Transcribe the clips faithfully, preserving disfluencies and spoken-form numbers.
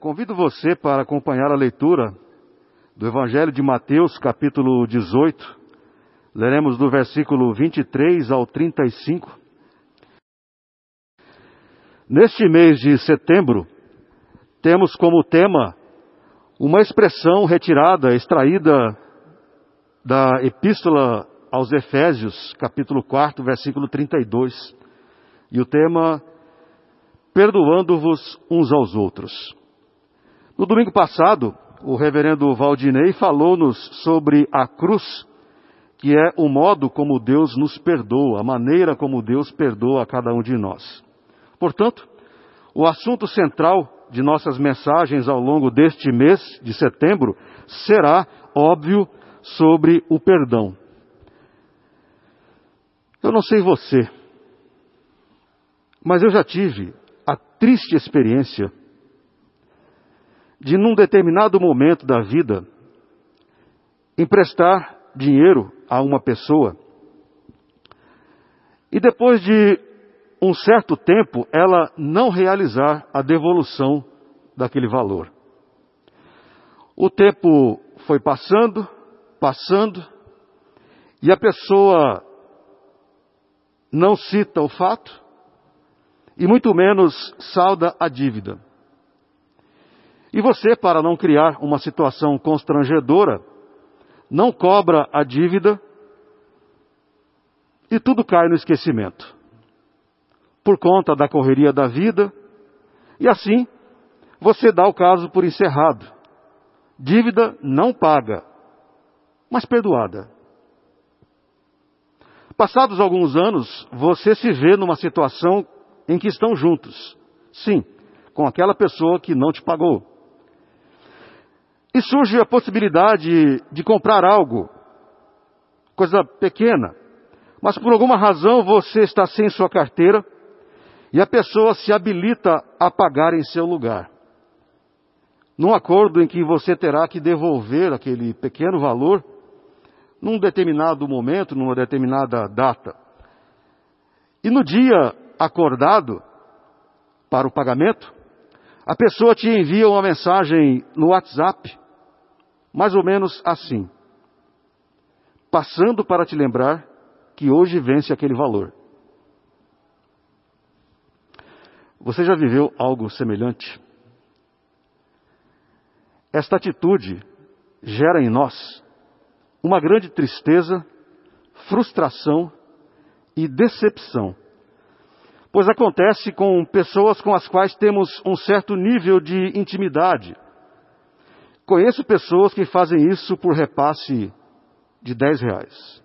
Convido você para acompanhar a leitura do Evangelho de Mateus, capítulo dezoito. Leremos do versículo vinte e três ao trinta e cinco. Neste mês de setembro, temos como tema uma expressão retirada, extraída da Epístola aos Efésios, capítulo quatro, versículo trinta e dois. E o tema, perdoando-vos uns aos outros. No domingo passado, o reverendo Valdinei falou-nos sobre a cruz, que é o modo como Deus nos perdoa, a maneira como Deus perdoa a cada um de nós. Portanto, o assunto central de nossas mensagens ao longo deste mês de setembro será, óbvio, sobre o perdão. Eu não sei você, mas eu já tive a triste experiência de, num determinado momento da vida, emprestar dinheiro a uma pessoa e depois de um certo tempo ela não realizar a devolução daquele valor. O tempo foi passando, passando, e a pessoa não cita o fato e muito menos salda a dívida. E você, para não criar uma situação constrangedora, não cobra a dívida e tudo cai no esquecimento. Por conta da correria da vida, e assim você dá o caso por encerrado. Dívida não paga, mas perdoada. Passados alguns anos, você se vê numa situação em que estão juntos. Sim, com aquela pessoa que não te pagou. E surge a possibilidade de comprar algo, coisa pequena, mas por alguma razão você está sem sua carteira e a pessoa se habilita a pagar em seu lugar. Num acordo em que você terá que devolver aquele pequeno valor num determinado momento, numa determinada data. E no dia acordado para o pagamento, a pessoa te envia uma mensagem no WhatsApp, mais ou menos assim: passando para te lembrar que hoje vence aquele valor. Você já viveu algo semelhante? Esta atitude gera em nós uma grande tristeza, frustração e decepção, pois acontece com pessoas com as quais temos um certo nível de intimidade. Conheço pessoas que fazem isso por repasse de dez reais.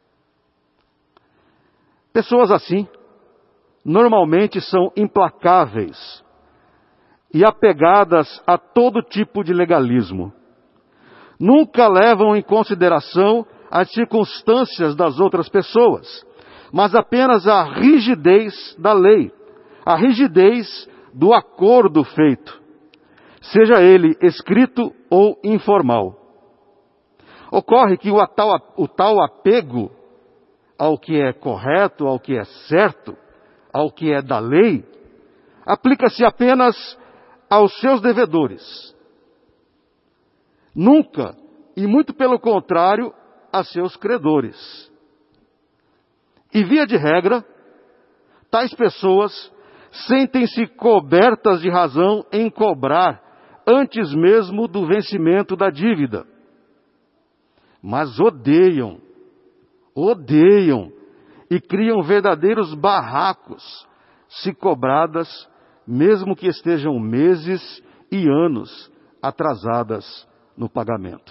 Pessoas assim, normalmente são implacáveis e apegadas a todo tipo de legalismo. Nunca levam em consideração as circunstâncias das outras pessoas, mas apenas a rigidez da lei, a rigidez do acordo feito, seja ele escrito ou informal. Ocorre que o tal, o tal apego ao que é correto, ao que é certo, ao que é da lei, aplica-se apenas aos seus devedores. Nunca, e muito pelo contrário, a seus credores. E via de regra, tais pessoas sentem-se cobertas de razão em cobrar antes mesmo do vencimento da dívida. Mas odeiam, odeiam e criam verdadeiros barracos se cobradas, mesmo que estejam meses e anos atrasadas no pagamento.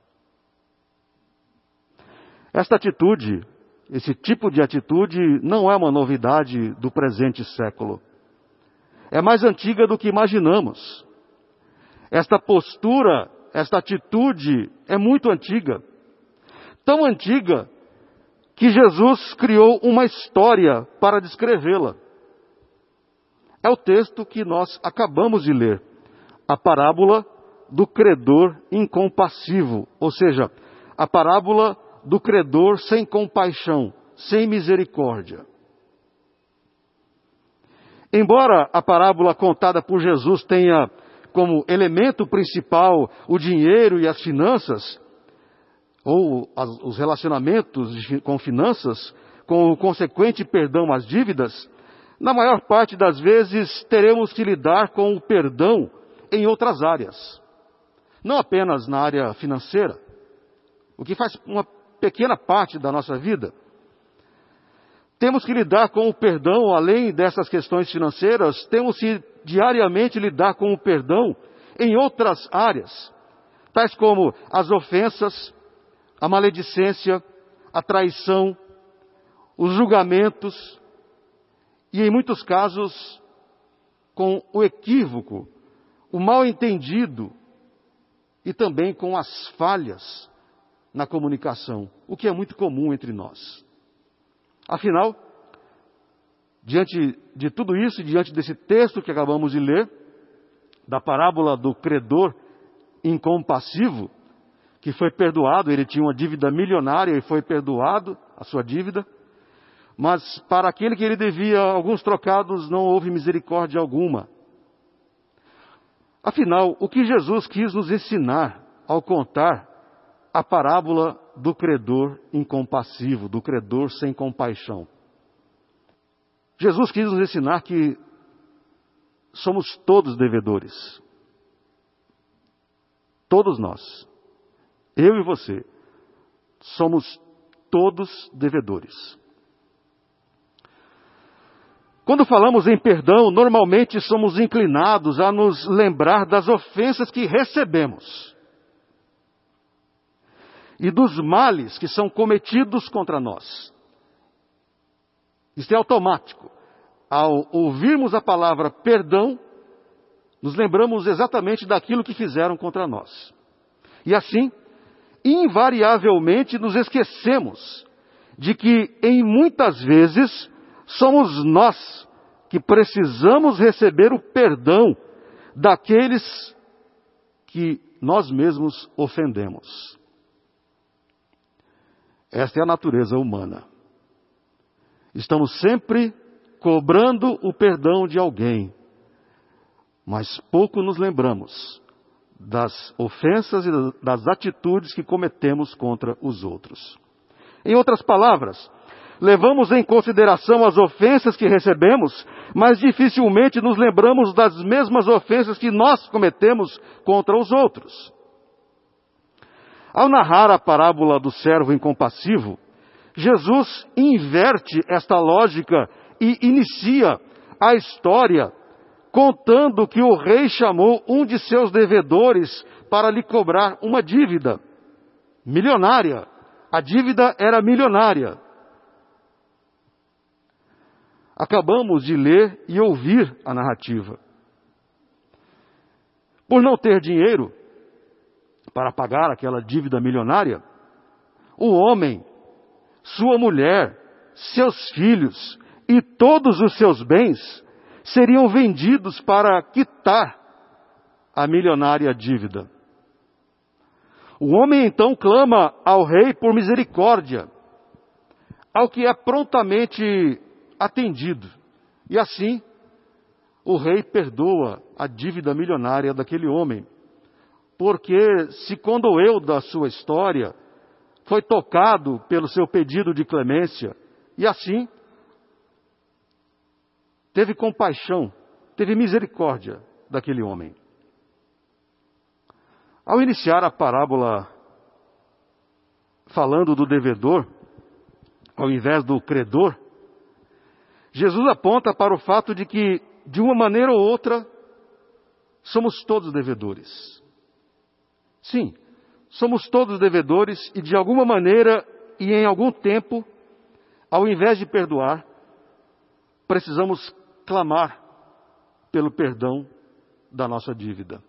Esta atitude, esse tipo de atitude, não é uma novidade do presente século. É mais antiga do que imaginamos. Esta postura, esta atitude é muito antiga. Tão antiga que Jesus criou uma história para descrevê-la. É o texto que nós acabamos de ler. A parábola do credor incompassivo. Ou seja, a parábola do credor sem compaixão, sem misericórdia. Embora a parábola contada por Jesus tenha como elemento principal o dinheiro e as finanças, ou as, os relacionamentos com finanças, com o consequente perdão às dívidas, na maior parte das vezes teremos que lidar com o perdão em outras áreas. Não apenas na área financeira, o que faz uma pequena parte da nossa vida. Temos que lidar com o perdão, além dessas questões financeiras, temos que diariamente lidar com o perdão em outras áreas, tais como as ofensas, a maledicência, a traição, os julgamentos, e em muitos casos, com o equívoco, o mal-entendido, e também com as falhas na comunicação, o que é muito comum entre nós. Afinal, diante de tudo isso, diante desse texto que acabamos de ler, da parábola do credor incompassivo, que foi perdoado, ele tinha uma dívida milionária e foi perdoado a sua dívida, mas para aquele que ele devia alguns trocados não houve misericórdia alguma. Afinal, o que Jesus quis nos ensinar ao contar a parábola do credor incompassivo, do credor sem compaixão? Jesus quis nos ensinar que somos todos devedores. Todos nós. Eu e você. Somos todos devedores. Quando falamos em perdão, normalmente somos inclinados a nos lembrar das ofensas que recebemos e dos males que são cometidos contra nós. Isso é automático. Ao ouvirmos a palavra perdão, nos lembramos exatamente daquilo que fizeram contra nós. E assim, invariavelmente nos esquecemos de que, em muitas vezes, somos nós que precisamos receber o perdão daqueles que nós mesmos ofendemos. Esta é a natureza humana. Estamos sempre cobrando o perdão de alguém, mas pouco nos lembramos das ofensas e das atitudes que cometemos contra os outros. Em outras palavras, levamos em consideração as ofensas que recebemos, mas dificilmente nos lembramos das mesmas ofensas que nós cometemos contra os outros. Ao narrar a parábola do servo incompassivo, Jesus inverte esta lógica e inicia a história contando que o rei chamou um de seus devedores para lhe cobrar uma dívida milionária. A dívida era milionária. Acabamos de ler e ouvir a narrativa. Por não ter dinheiro para pagar aquela dívida milionária, o homem, sua mulher, seus filhos e todos os seus bens seriam vendidos para quitar a milionária dívida. O homem então clama ao rei por misericórdia, ao que é prontamente atendido. E assim, o rei perdoa a dívida milionária daquele homem, porque se condoeu da sua história, foi tocado pelo seu pedido de clemência, e assim teve compaixão, teve misericórdia daquele homem. Ao iniciar a parábola falando do devedor, ao invés do credor, Jesus aponta para o fato de que, de uma maneira ou outra, somos todos devedores. Sim, somos todos devedores e de alguma maneira e em algum tempo, ao invés de perdoar, precisamos clamar pelo perdão da nossa dívida.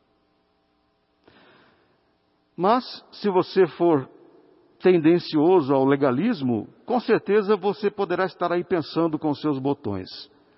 Mas, se você for tendencioso ao legalismo, com certeza você poderá estar aí pensando com seus botões,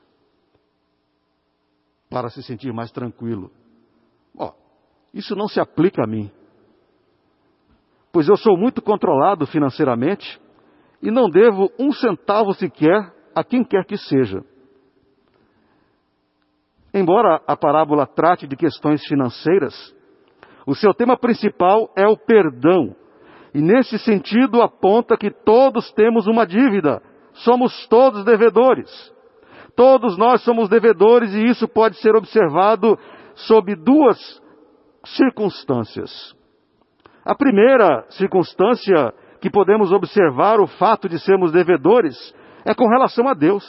para se sentir mais tranquilo. Ó, isso não se aplica a mim, pois eu sou muito controlado financeiramente e não devo um centavo sequer a quem quer que seja. Embora a parábola trate de questões financeiras, o seu tema principal é o perdão. E nesse sentido aponta que todos temos uma dívida. Somos todos devedores. Todos nós somos devedores e isso pode ser observado sob duas circunstâncias. A primeira circunstância que podemos observar o fato de sermos devedores é com relação a Deus.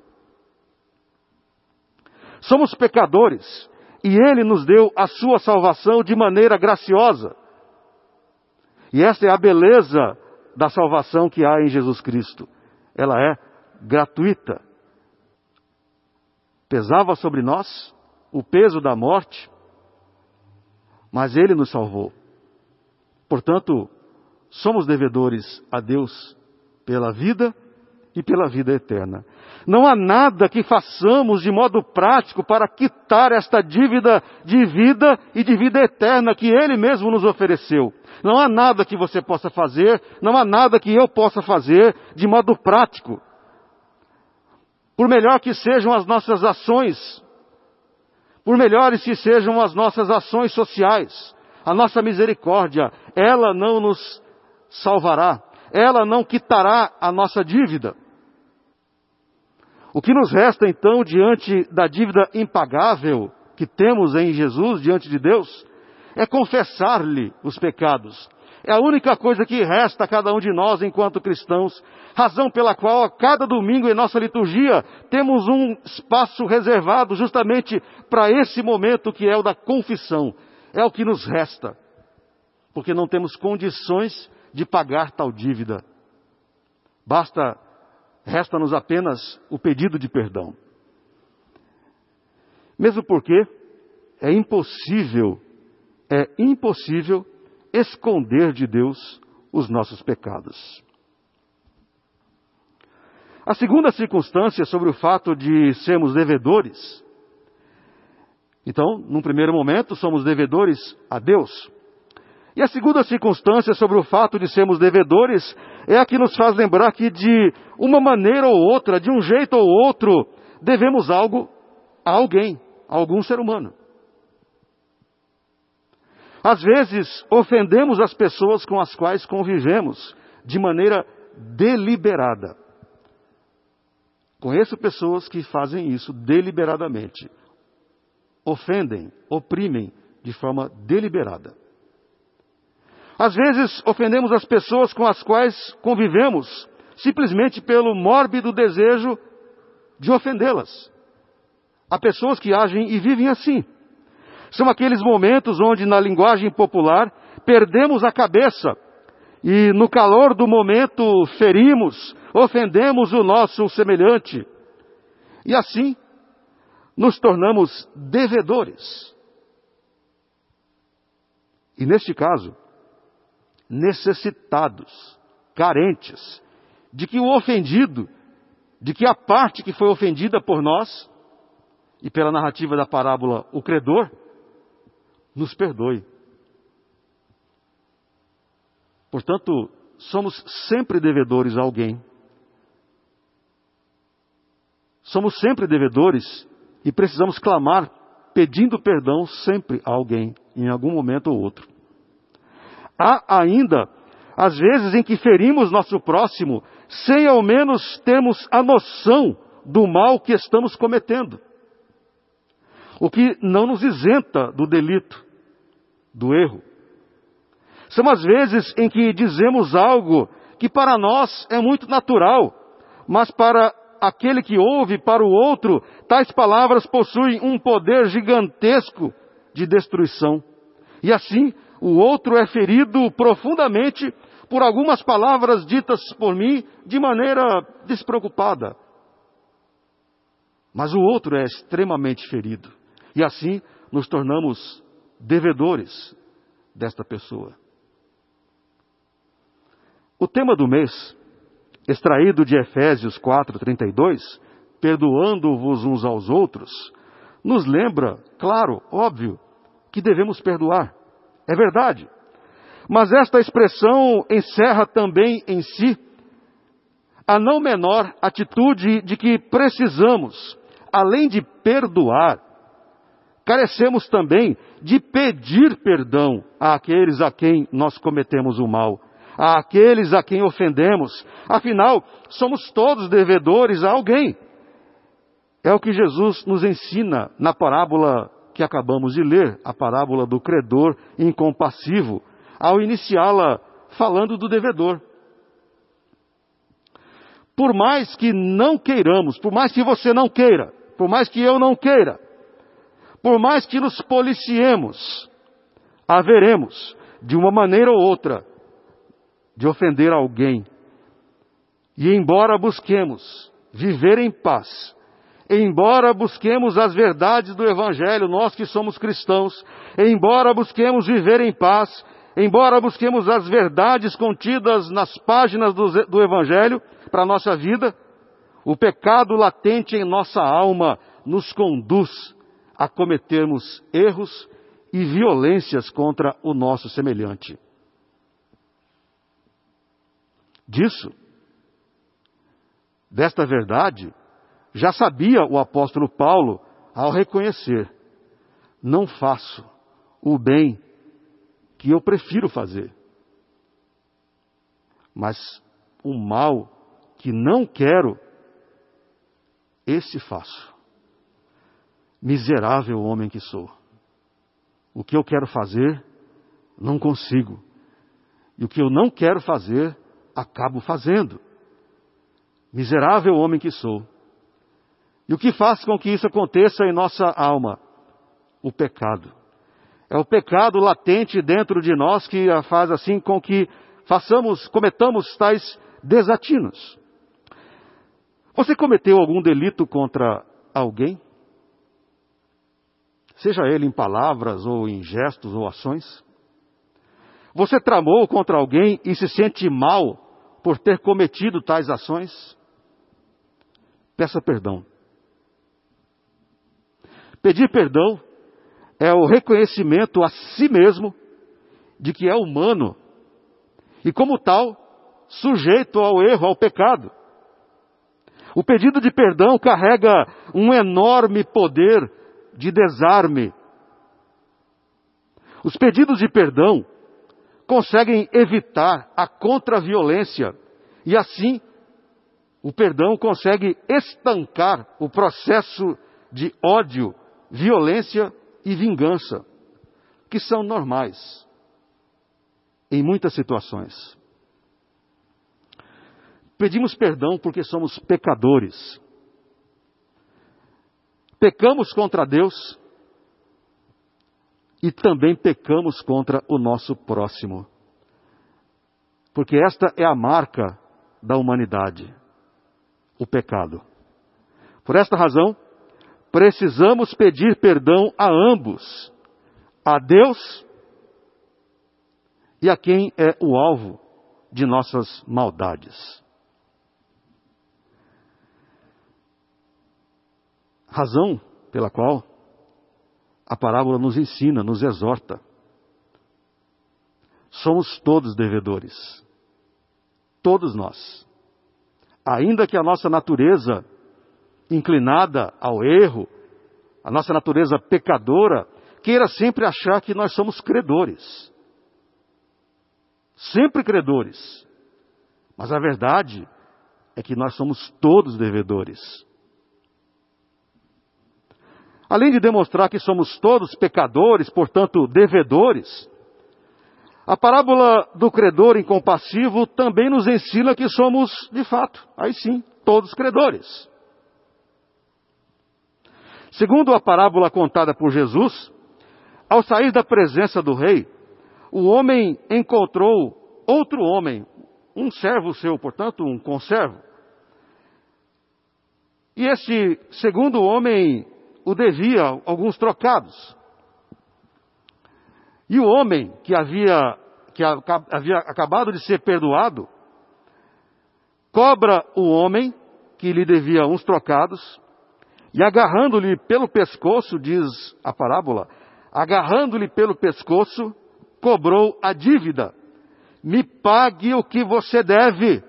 Somos pecadores e Ele nos deu a sua salvação de maneira graciosa. E esta é a beleza da salvação que há em Jesus Cristo. Ela é gratuita. Pesava sobre nós o peso da morte, mas Ele nos salvou. Portanto, somos devedores a Deus pela vida e pela vida eterna. Não há nada que façamos de modo prático para quitar esta dívida de vida e de vida eterna que Ele mesmo nos ofereceu. Não há nada que você possa fazer, não há nada que eu possa fazer de modo prático. Por melhor que sejam as nossas ações, por melhores que sejam as nossas ações sociais, a nossa misericórdia, ela não nos salvará, ela não quitará a nossa dívida. O que nos resta então diante da dívida impagável que temos em Jesus, diante de Deus, é confessar-lhe os pecados. É a única coisa que resta a cada um de nós enquanto cristãos, razão pela qual a cada domingo em nossa liturgia temos um espaço reservado justamente para esse momento que é o da confissão. É o que nos resta, porque não temos condições de pagar tal dívida. Basta, resta-nos apenas o pedido de perdão. Mesmo porque é impossível, é impossível esconder de Deus os nossos pecados. A segunda circunstância sobre o fato de sermos devedores. Então, num primeiro momento, somos devedores a Deus. E a segunda circunstância sobre o fato de sermos devedores é a que nos faz lembrar que de uma maneira ou outra, de um jeito ou outro, devemos algo a alguém, a algum ser humano. Às vezes, ofendemos as pessoas com as quais convivemos de maneira deliberada. Conheço pessoas que fazem isso deliberadamente. Ofendem, oprimem de forma deliberada. Às vezes, ofendemos as pessoas com as quais convivemos simplesmente pelo mórbido desejo de ofendê-las. Há pessoas que agem e vivem assim. São aqueles momentos onde, na linguagem popular, perdemos a cabeça e, no calor do momento, ferimos, ofendemos o nosso semelhante. E assim, nos tornamos devedores. E neste caso, necessitados, carentes, de que o ofendido, de que a parte que foi ofendida por nós, e pela narrativa da parábola, o credor, nos perdoe. Portanto, somos sempre devedores a alguém. Somos sempre devedores e precisamos clamar pedindo perdão sempre a alguém, em algum momento ou outro. Há ainda, às vezes, em que ferimos nosso próximo sem ao menos termos a noção do mal que estamos cometendo. O que não nos isenta do delito, do erro. São as vezes em que dizemos algo que para nós é muito natural, mas para aquele que ouve, para o outro, tais palavras possuem um poder gigantesco de destruição. E assim, o outro é ferido profundamente por algumas palavras ditas por mim de maneira despreocupada. Mas o outro é extremamente ferido. E assim nos tornamos devedores desta pessoa. O tema do mês, extraído de Efésios quatro, trinta e dois, perdoando-vos uns aos outros, nos lembra, claro, óbvio, que devemos perdoar. É verdade. Mas esta expressão encerra também em si a não menor atitude de que precisamos, além de perdoar, carecemos também de pedir perdão àqueles a quem nós cometemos o mal, àqueles a quem ofendemos. Afinal, somos todos devedores a alguém. É o que Jesus nos ensina na parábola que acabamos de ler, a parábola do credor incompassivo, ao iniciá-la falando do devedor. Por mais que não queiramos, por mais que você não queira, por mais que eu não queira, por mais que nos policiemos, haveremos, de uma maneira ou outra, de ofender alguém. E embora busquemos viver em paz, embora busquemos as verdades do Evangelho, nós que somos cristãos, embora busquemos viver em paz, embora busquemos as verdades contidas nas páginas do, do Evangelho para a nossa vida, o pecado latente em nossa alma nos conduz a cometermos erros e violências contra o nosso semelhante. Disso, desta verdade, já sabia o apóstolo Paulo ao reconhecer: não faço o bem que eu prefiro fazer, mas o mal que não quero, esse faço. Miserável homem que sou. O que eu quero fazer, não consigo. E o que eu não quero fazer, acabo fazendo. Miserável homem que sou. E o que faz com que isso aconteça em nossa alma? O pecado. É o pecado latente dentro de nós que faz assim com que façamos, cometamos tais desatinos. Você cometeu algum delito contra alguém? Seja ele em palavras ou em gestos ou ações? Você tramou contra alguém e se sente mal por ter cometido tais ações? Peça perdão. Pedir perdão é o reconhecimento a si mesmo de que é humano e, como tal, sujeito ao erro, ao pecado. O pedido de perdão carrega um enorme poder de desarme. Os pedidos de perdão conseguem evitar a contra-violência e, assim, o perdão consegue estancar o processo de ódio, violência e vingança, que são normais em muitas situações. Pedimos perdão porque somos pecadores. Pecamos contra Deus e também pecamos contra o nosso próximo. Porque esta é a marca da humanidade, o pecado. Por esta razão, precisamos pedir perdão a ambos, a Deus e a quem é o alvo de nossas maldades. Razão pela qual a parábola nos ensina, nos exorta. Somos todos devedores. Todos nós. Ainda que a nossa natureza inclinada ao erro, a nossa natureza pecadora, queira sempre achar que nós somos credores. Sempre credores. Mas a verdade é que nós somos todos devedores. Além de demonstrar que somos todos pecadores, portanto devedores, a parábola do credor incompassivo também nos ensina que somos, de fato, aí sim, todos credores. Segundo a parábola contada por Jesus, ao sair da presença do rei, o homem encontrou outro homem, um servo seu, portanto, um conservo. E esse segundo homem o devia alguns trocados. E o homem que havia, que havia acabado de ser perdoado, cobra o homem que lhe devia uns trocados, e agarrando-lhe pelo pescoço, diz a parábola, agarrando-lhe pelo pescoço, cobrou a dívida. Me pague o que você deve.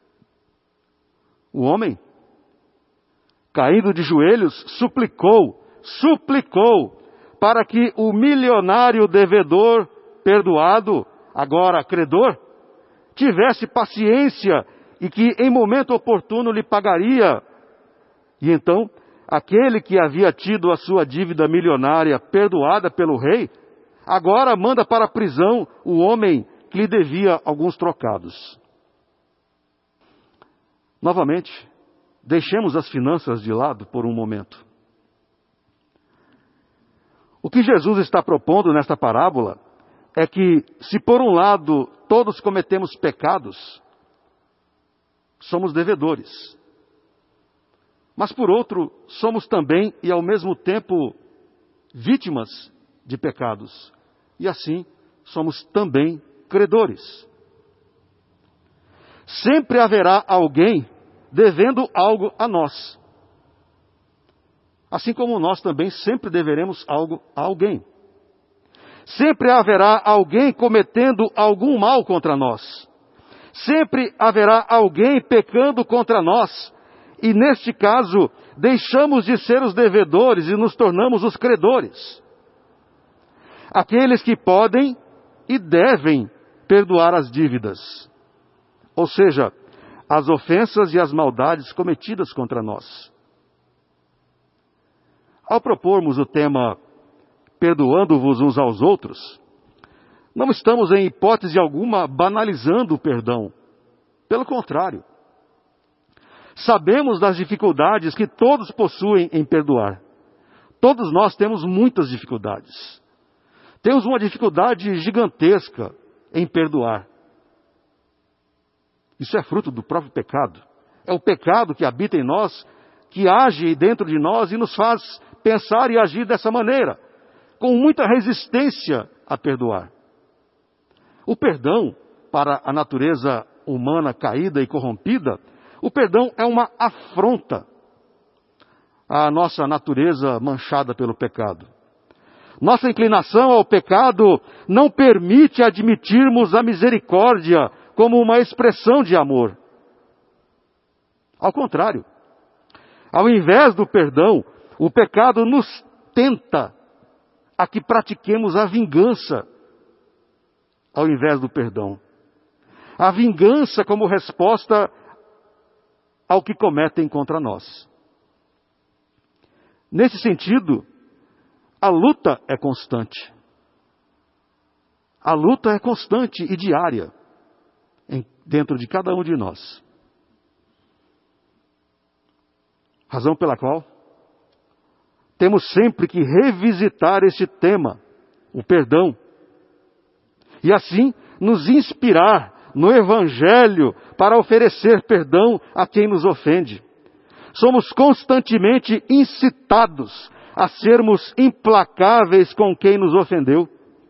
O homem, caindo de joelhos, suplicou suplicou para que o milionário devedor, perdoado, agora credor, tivesse paciência e que em momento oportuno lhe pagaria. E então, aquele que havia tido a sua dívida milionária perdoada pelo rei, agora manda para a prisão o homem que lhe devia alguns trocados. Novamente, deixemos as finanças de lado por um momento. O que Jesus está propondo nesta parábola é que, se por um lado todos cometemos pecados, somos devedores. Mas por outro, somos também e ao mesmo tempo vítimas de pecados. E assim, somos também credores. Sempre haverá alguém devendo algo a nós. Assim como nós também sempre deveremos algo a alguém. Sempre haverá alguém cometendo algum mal contra nós. Sempre haverá alguém pecando contra nós. E neste caso, deixamos de ser os devedores e nos tornamos os credores. Aqueles que podem e devem perdoar as dívidas. Ou seja, as ofensas e as maldades cometidas contra nós. Ao propormos o tema perdoando-vos uns aos outros, não estamos em hipótese alguma banalizando o perdão. Pelo contrário. Sabemos das dificuldades que todos possuem em perdoar. Todos nós temos muitas dificuldades. Temos uma dificuldade gigantesca em perdoar. Isso é fruto do próprio pecado. É o pecado que habita em nós, que age dentro de nós e nos faz pensar e agir dessa maneira, com muita resistência a perdoar. O perdão, para a natureza humana caída e corrompida, o perdão é uma afronta à nossa natureza manchada pelo pecado. Nossa inclinação ao pecado não permite admitirmos a misericórdia como uma expressão de amor. Ao contrário, ao invés do perdão, o pecado nos tenta a que pratiquemos a vingança ao invés do perdão. A vingança como resposta ao que cometem contra nós. Nesse sentido, a luta é constante. A luta é constante e diária em, dentro de cada um de nós. Razão pela qual temos sempre que revisitar este tema, o perdão, e assim nos inspirar no Evangelho para oferecer perdão a quem nos ofende. Somos constantemente incitados a sermos implacáveis com quem nos ofendeu.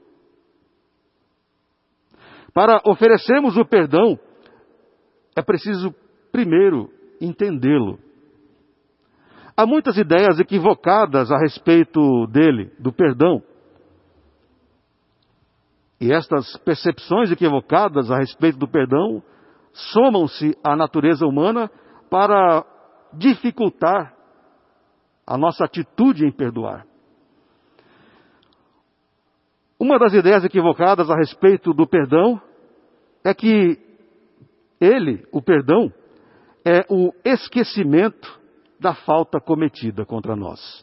Para oferecermos o perdão, é preciso primeiro entendê-lo. Há muitas ideias equivocadas a respeito dele, do perdão. E estas percepções equivocadas a respeito do perdão somam-se à natureza humana para dificultar a nossa atitude em perdoar. Uma das ideias equivocadas a respeito do perdão é que ele, o perdão, é o esquecimento da falta cometida contra nós.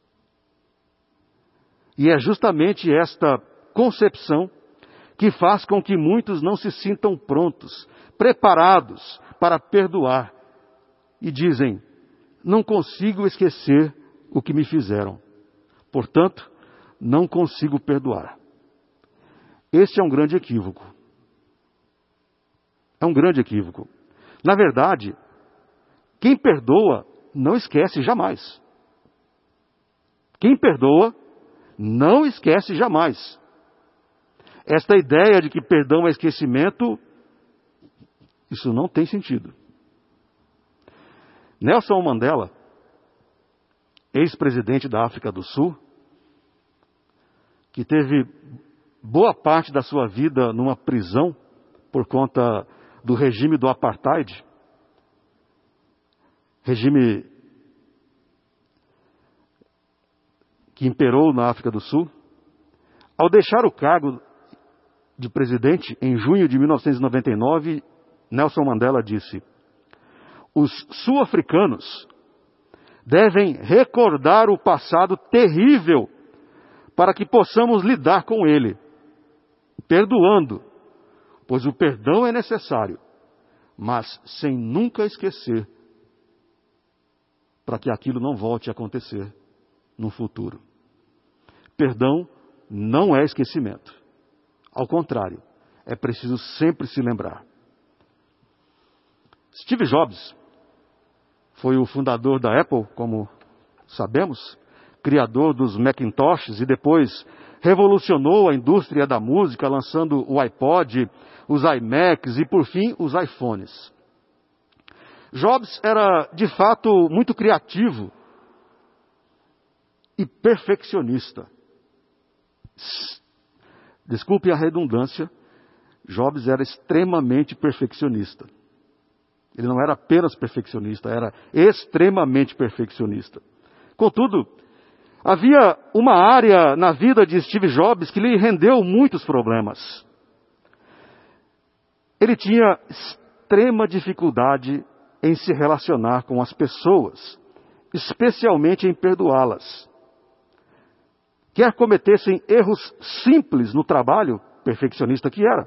E é justamente esta concepção que faz com que muitos não se sintam prontos, preparados para perdoar. E dizem, não consigo esquecer o que me fizeram. Portanto, não consigo perdoar. Este é um grande equívoco. É um grande equívoco. Na verdade, quem perdoa não esquece jamais. Quem perdoa não esquece jamais. Esta ideia de que perdão é esquecimento, isso não tem sentido. Nelson Mandela, ex-presidente da África do Sul, que teve boa parte da sua vida numa prisão por conta do regime do apartheid, regime que imperou na África do Sul, ao deixar o cargo de presidente em junho de mil novecentos e noventa e nove, Nelson Mandela disse: os sul-africanos devem recordar o passado terrível para que possamos lidar com ele, perdoando, pois o perdão é necessário, mas sem nunca esquecer, para que aquilo não volte a acontecer no futuro. Perdão não é esquecimento. Ao contrário, é preciso sempre se lembrar. Steve Jobs foi o fundador da Apple, como sabemos, criador dos Macintoshes e depois revolucionou a indústria da música, lançando o iPod, os iMacs e, por fim, os iPhones. Jobs era, de fato, muito criativo e perfeccionista. Desculpe a redundância, Jobs era extremamente perfeccionista. Ele não era apenas perfeccionista, era extremamente perfeccionista. Contudo, havia uma área na vida de Steve Jobs que lhe rendeu muitos problemas. Ele tinha extrema dificuldade em se relacionar com as pessoas, especialmente em perdoá-las. Quer cometessem erros simples no trabalho, perfeccionista que era,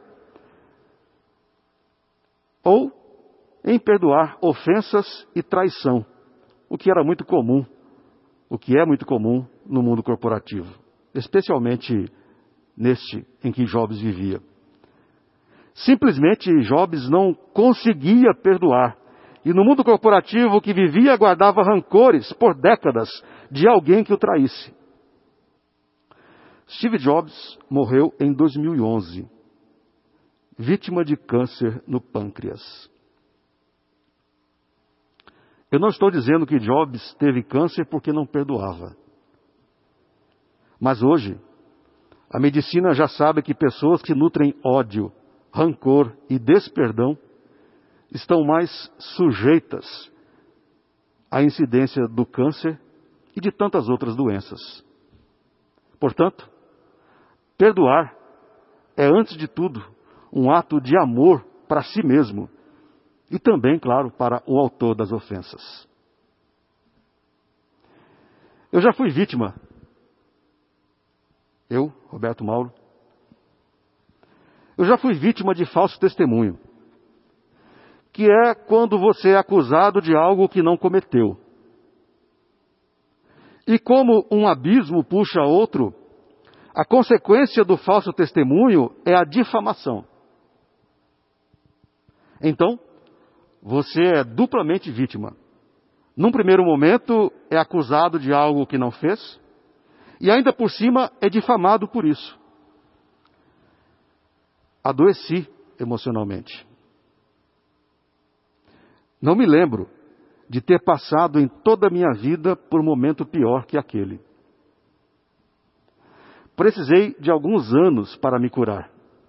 ou em perdoar ofensas e traição, o que era muito comum, o que é muito comum no mundo corporativo, especialmente neste em que Jobs vivia. Simplesmente Jobs não conseguia perdoar, e no mundo corporativo que vivia guardava rancores por décadas de alguém que o traísse. Steve Jobs morreu em dois mil e onze, vítima de câncer no pâncreas. Eu não estou dizendo que Jobs teve câncer porque não perdoava. Mas hoje, a medicina já sabe que pessoas que nutrem ódio, rancor e desperdão estão mais sujeitas à incidência do câncer e de tantas outras doenças. Portanto, perdoar é, antes de tudo, um ato de amor para si mesmo e também, claro, para o autor das ofensas. Eu já fui vítima, eu, Roberto Mauro, eu já fui vítima de falso testemunho, que é quando você é acusado de algo que não cometeu. E como um abismo puxa outro, a consequência do falso testemunho é a difamação. Então, você é duplamente vítima. Num primeiro momento, é acusado de algo que não fez, e ainda por cima é difamado por isso. Adoeci emocionalmente. Não me lembro de ter passado em toda a minha vida por um momento pior que aquele. Precisei de alguns anos para me curar.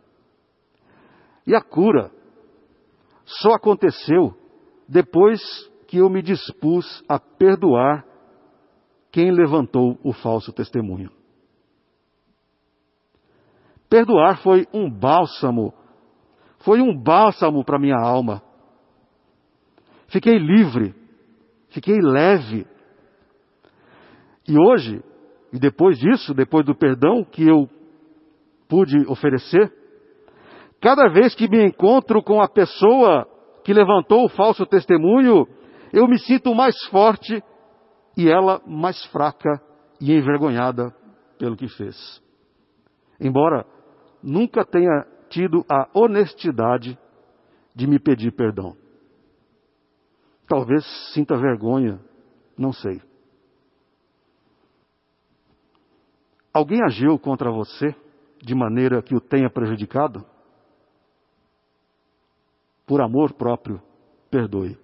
E a cura só aconteceu depois que eu me dispus a perdoar quem levantou o falso testemunho. Perdoar foi um bálsamo, foi um bálsamo para minha alma. Fiquei livre, fiquei leve. E hoje, e depois disso, depois do perdão que eu pude oferecer, cada vez que me encontro com a pessoa que levantou o falso testemunho, eu me sinto mais forte e ela mais fraca e envergonhada pelo que fez. Embora nunca tenha tido a honestidade de me pedir perdão. Talvez sinta vergonha, não sei. Alguém agiu contra você de maneira que o tenha prejudicado? Por amor próprio, perdoe.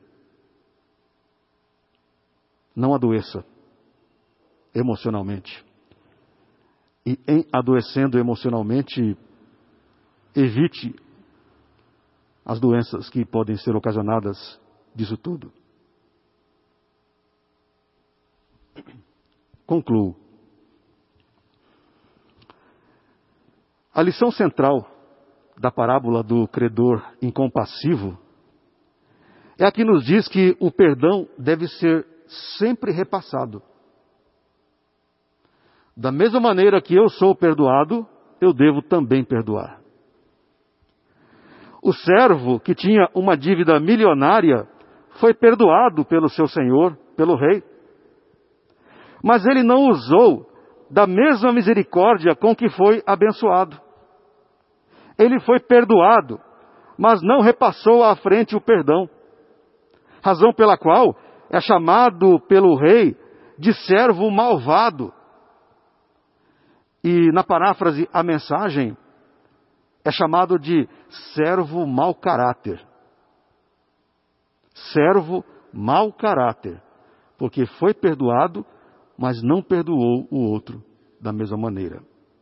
Não adoeça emocionalmente. E em adoecendo emocionalmente, evite as doenças que podem ser ocasionadas disso tudo. Concluo. A lição central da parábola do credor incompassivo é a que nos diz que o perdão deve ser sempre repassado. Da mesma maneira que eu sou perdoado, eu devo também perdoar. O servo que tinha uma dívida milionária foi perdoado pelo seu senhor, pelo rei. Mas ele não usou da mesma misericórdia com que foi abençoado. Ele foi perdoado, mas não repassou à frente o perdão. Razão pela qual é chamado pelo rei de servo malvado. E na paráfrase, a mensagem é chamado de servo mau caráter. Servo mau caráter. Porque foi perdoado, mas não perdoou o outro da mesma maneira.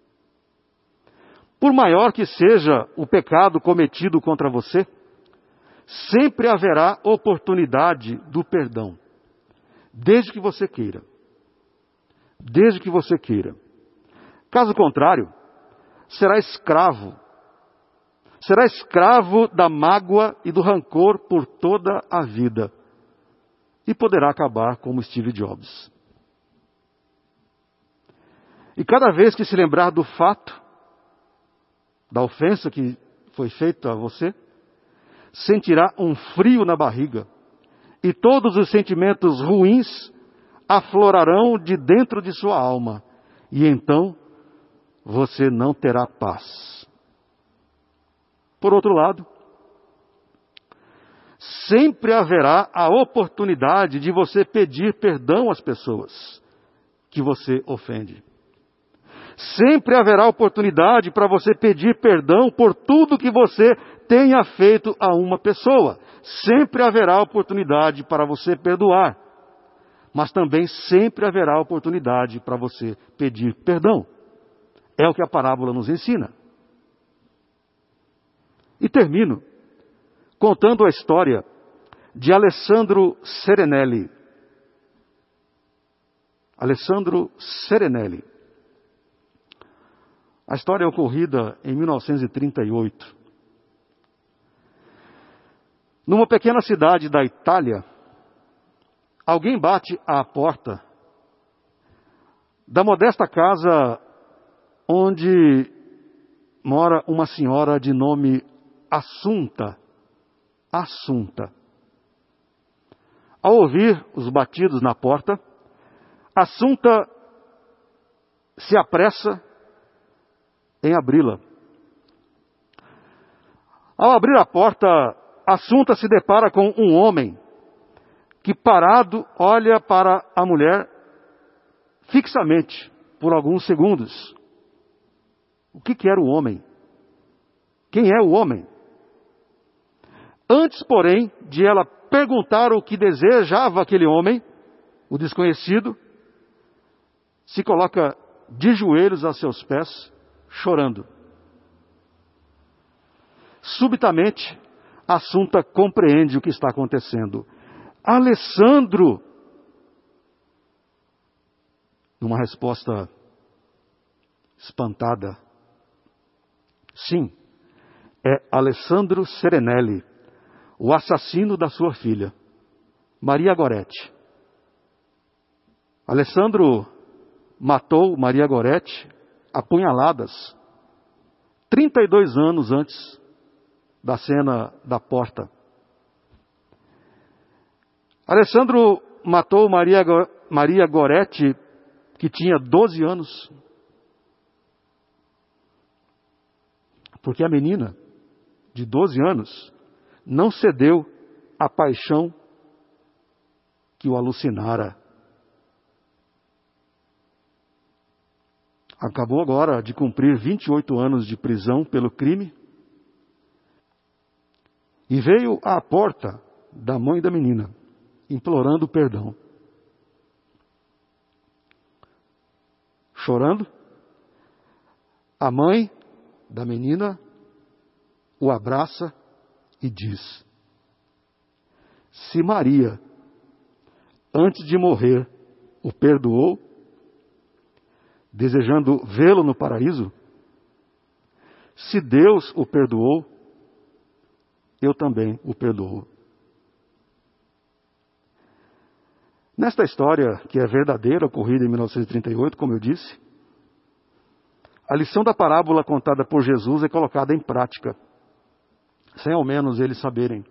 Por maior que seja o pecado cometido contra você, sempre haverá oportunidade do perdão. Desde que você queira. Desde que você queira. Caso contrário, será escravo. Será escravo da mágoa e do rancor por toda a vida. E poderá acabar como Steve Jobs. E cada vez que se lembrar do fato, da ofensa que foi feita a você, sentirá um frio na barriga. E todos os sentimentos ruins aflorarão de dentro de sua alma. E então você não terá paz. Por outro lado, sempre haverá a oportunidade de você pedir perdão às pessoas que você ofende. Sempre haverá oportunidade para você pedir perdão por tudo que você tenha feito a uma pessoa. Sempre haverá oportunidade para você perdoar. Mas também sempre haverá oportunidade para você pedir perdão. É o que a parábola nos ensina. E termino contando a história de Alessandro Serenelli. Alessandro Serenelli. A história é ocorrida em mil novecentos e trinta e oito. Numa pequena cidade da Itália, alguém bate à porta da modesta casa onde mora uma senhora de nome Assunta. Assunta. Ao ouvir os batidos na porta, Assunta se apressa em abri-la. Ao abrir a porta, Assunta se depara com um homem que, parado, olha para a mulher fixamente por alguns segundos. O que que era o homem? Quem é o homem? Antes, porém, de ela perguntar o que desejava aquele homem, o desconhecido, se coloca de joelhos a seus pés, chorando. Subitamente, Assunta compreende o que está acontecendo. Alessandro! Numa resposta espantada. Sim, é Alessandro Serenelli, o assassino da sua filha, Maria Goretti. Alessandro matou Maria Goretti a punhaladas, trinta e dois anos antes da cena da porta. Alessandro matou Maria, Maria Goretti, que tinha doze anos. Porque a menina, de doze anos, não cedeu à paixão que o alucinara. Acabou agora de cumprir vinte e oito anos de prisão pelo crime. E veio à porta da mãe da menina, implorando perdão. Chorando, a mãe da menina o abraça e diz: se Maria, antes de morrer, o perdoou, desejando vê-lo no paraíso, Se Deus o perdoou, eu também o perdoo. Nesta história, que é verdadeira, ocorrida em mil novecentos e trinta e oito, como eu disse, a lição da parábola contada por Jesus é colocada em prática, sem ao menos eles saberem.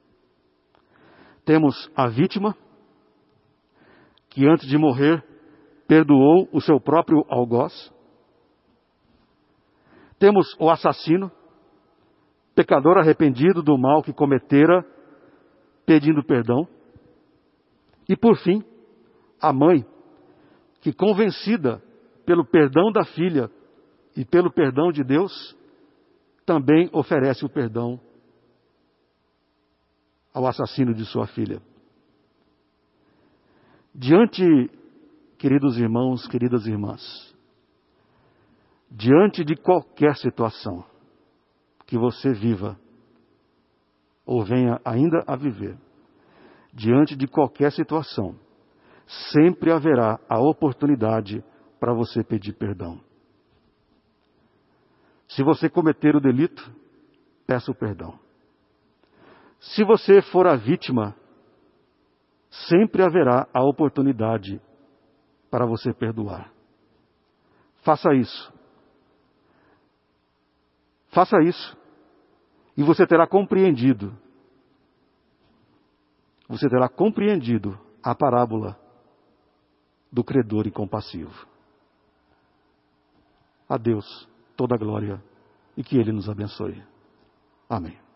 Temos a vítima, que antes de morrer, perdoou o seu próprio algoz. Temos o assassino, pecador arrependido do mal que cometera, pedindo perdão. E por fim, a mãe, que convencida pelo perdão da filha e pelo perdão de Deus, também oferece o perdão ao assassino de sua filha. Diante, queridos irmãos, queridas irmãs, diante de qualquer situação que você viva ou venha ainda a viver, diante de qualquer situação, sempre haverá a oportunidade para você pedir perdão. Se você cometer o delito, peça o perdão. Se você for a vítima, sempre haverá a oportunidade para você perdoar. Faça isso. Faça isso. E você terá compreendido. Você terá compreendido a parábola do credor incompassivo. A Deus toda a glória e que Ele nos abençoe. Amém.